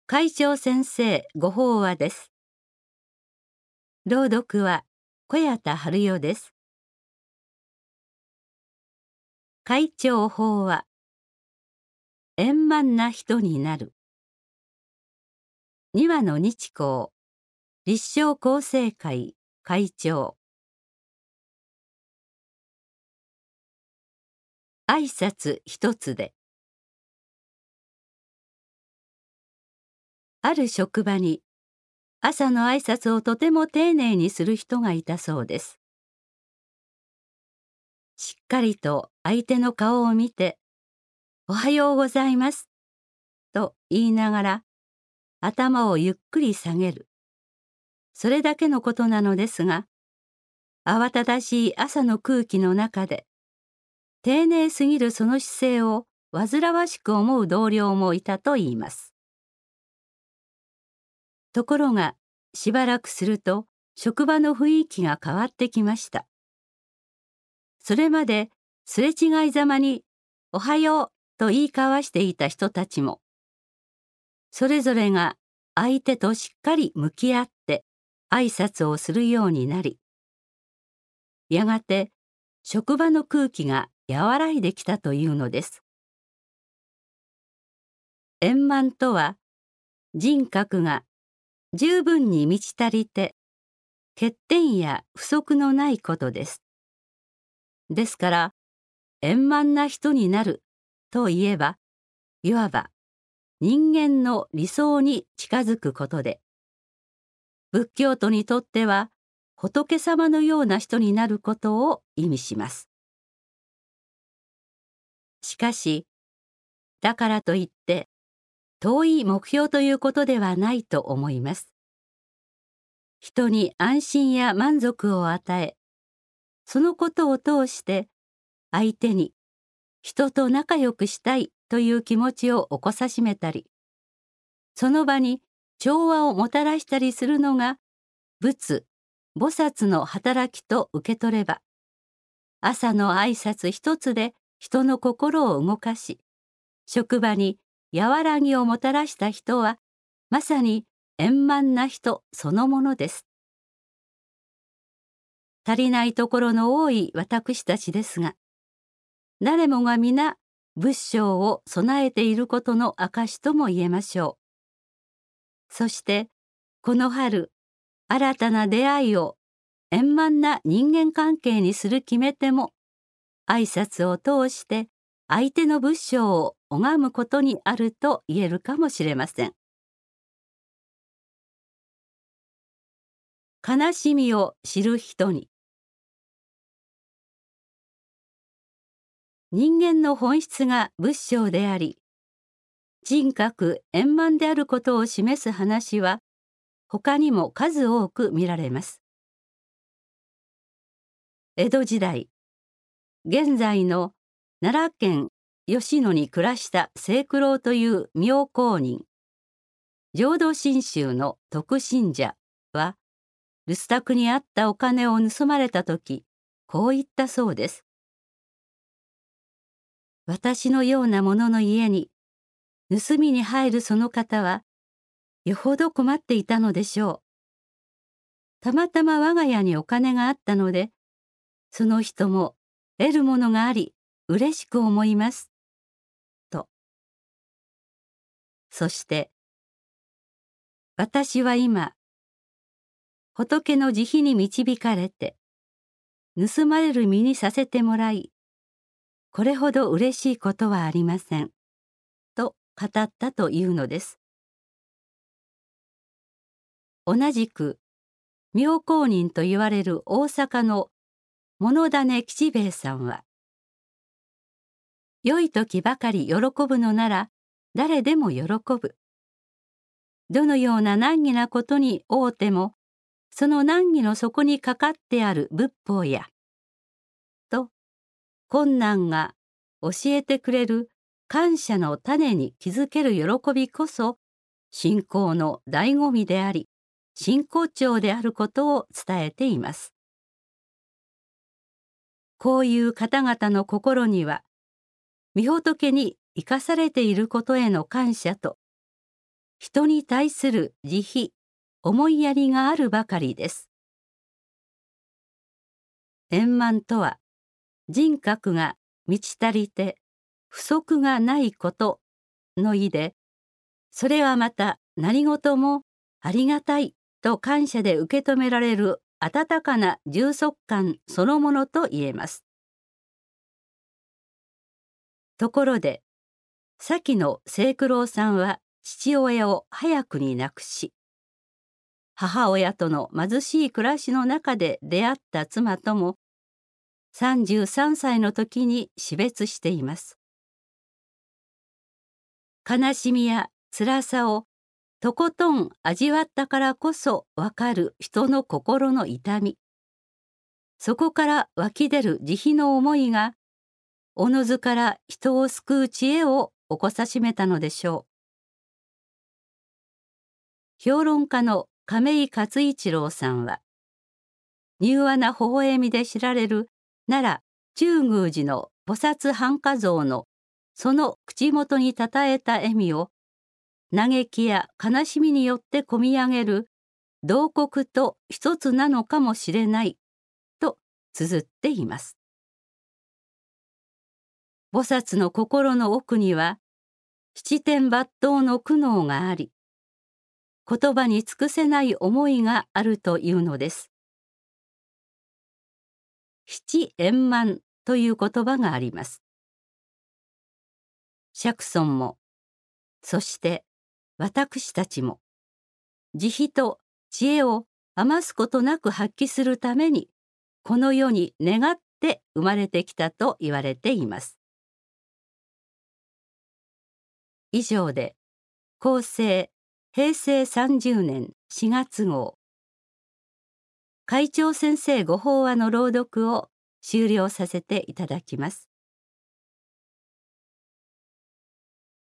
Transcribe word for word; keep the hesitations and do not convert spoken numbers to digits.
会長先生ご法話です。朗読は小谷田春代です。会長法話、円満な人になる。にわの日光、立正厚生会会長。挨拶一つで。ある職場に朝の挨拶をとても丁寧にする人がいたそうです。しっかりと相手の顔を見て、おはようございます、と言いながら、頭をゆっくり下げる。それだけのことなのですが、慌ただしい朝の空気の中で、丁寧すぎるその姿勢を煩わしく思う同僚もいたといいます。ところが、しばらくすると、職場の雰囲気が変わってきました。それまですれ違いざまに、おはようと言い交わしていた人たちも、それぞれが相手としっかり向き合って挨拶をするようになり、やがて職場の空気が和らいできたというのです。円満とは、人格が十分に満ち足りて、欠点や不足のないことです。ですから、円満な人になるといえば、いわば人間の理想に近づくことで、仏教徒にとっては仏様のような人になることを意味します。しかし、だからといって遠い目標ということではないと思います。人に安心や満足を与え、そのことを通して相手に人と仲良くしたいという気持ちを起こさしめたり、その場に調和をもたらしたりするのが仏、菩薩の働きと受け取れば、朝の挨拶一つで人の心を動かし、職場に和らぎをもたらした人は、まさに円満な人そのものです。足りないところの多い私たちですが、誰もが皆仏性を備えていることの証とも言えましょう。そして、この春、新たな出会いを円満な人間関係にする決め手も、挨拶を通して相手の仏性を拝むことにあると言えるかもしれません。悲しみを知る人に。人間の本質が仏性であり、人格円満であることを示す話は、他にも数多く見られます。江戸時代、現在の奈良県吉野に暮らした清九郎という妙高人、浄土真宗の徳信者は、留守宅にあったお金を盗まれたとき、こう言ったそうです。私のような者の家に盗みに入るその方は、よほど困っていたのでしょう。たまたま我が家にお金があったので、その人も得るものがあり、嬉しく思います。と。そして、私は今、仏の慈悲に導かれて、盗まれる身にさせてもらい、これほど嬉しいことはありません。と語ったというのです。同じく、妙高人と言われる大阪の物種吉兵衛さんは、良い時ばかり喜ぶのなら誰でも喜ぶ。どのような難儀なことに遭うても、その難儀の底にかかってある仏法や、と困難が教えてくれる感謝の種に気づける喜びこそ、信仰の醍醐味であり、真骨頂であることを伝えています。こういう方々の心には、御仏に生かされていることへの感謝と、 人に対する慈悲、思いやりがあるばかりです。円満とは、人格が満ち足りて不足がないことの意で、それはまた何事もありがたいと感謝で受け止められる温かな充足感そのものと言えます。ところで、先の清九郎さんは父親を早くに亡くし、母親との貧しい暮らしの中で出会った妻ともさんじゅうさんさいの時に死別しています。悲しみや辛さをとことん味わったからこそわかる人の心の痛み。そこから湧き出る慈悲の思いが、おのずから人を救う知恵を起こさしめたのでしょう。評論家の亀井勝一郎さんは、柔和な微笑みで知られる奈良中宮寺の菩薩半跏像のその口元にたたえた笑みを、嘆きや悲しみによってこみ上げる慟哭と一つなのかもしれないと綴っています。菩薩の心の奥には七天抜刀の苦悩があり、言葉に尽くせない思いがあるというのです。七円満という言葉があります。釈尊も、そして私たちも、慈悲と知恵を余すことなく発揮するために、この世に願って生まれてきたと言われています。以上で、厚生へいせいさんじゅうねんしがつ号、会長先生ご法話の朗読を終了させていただきます。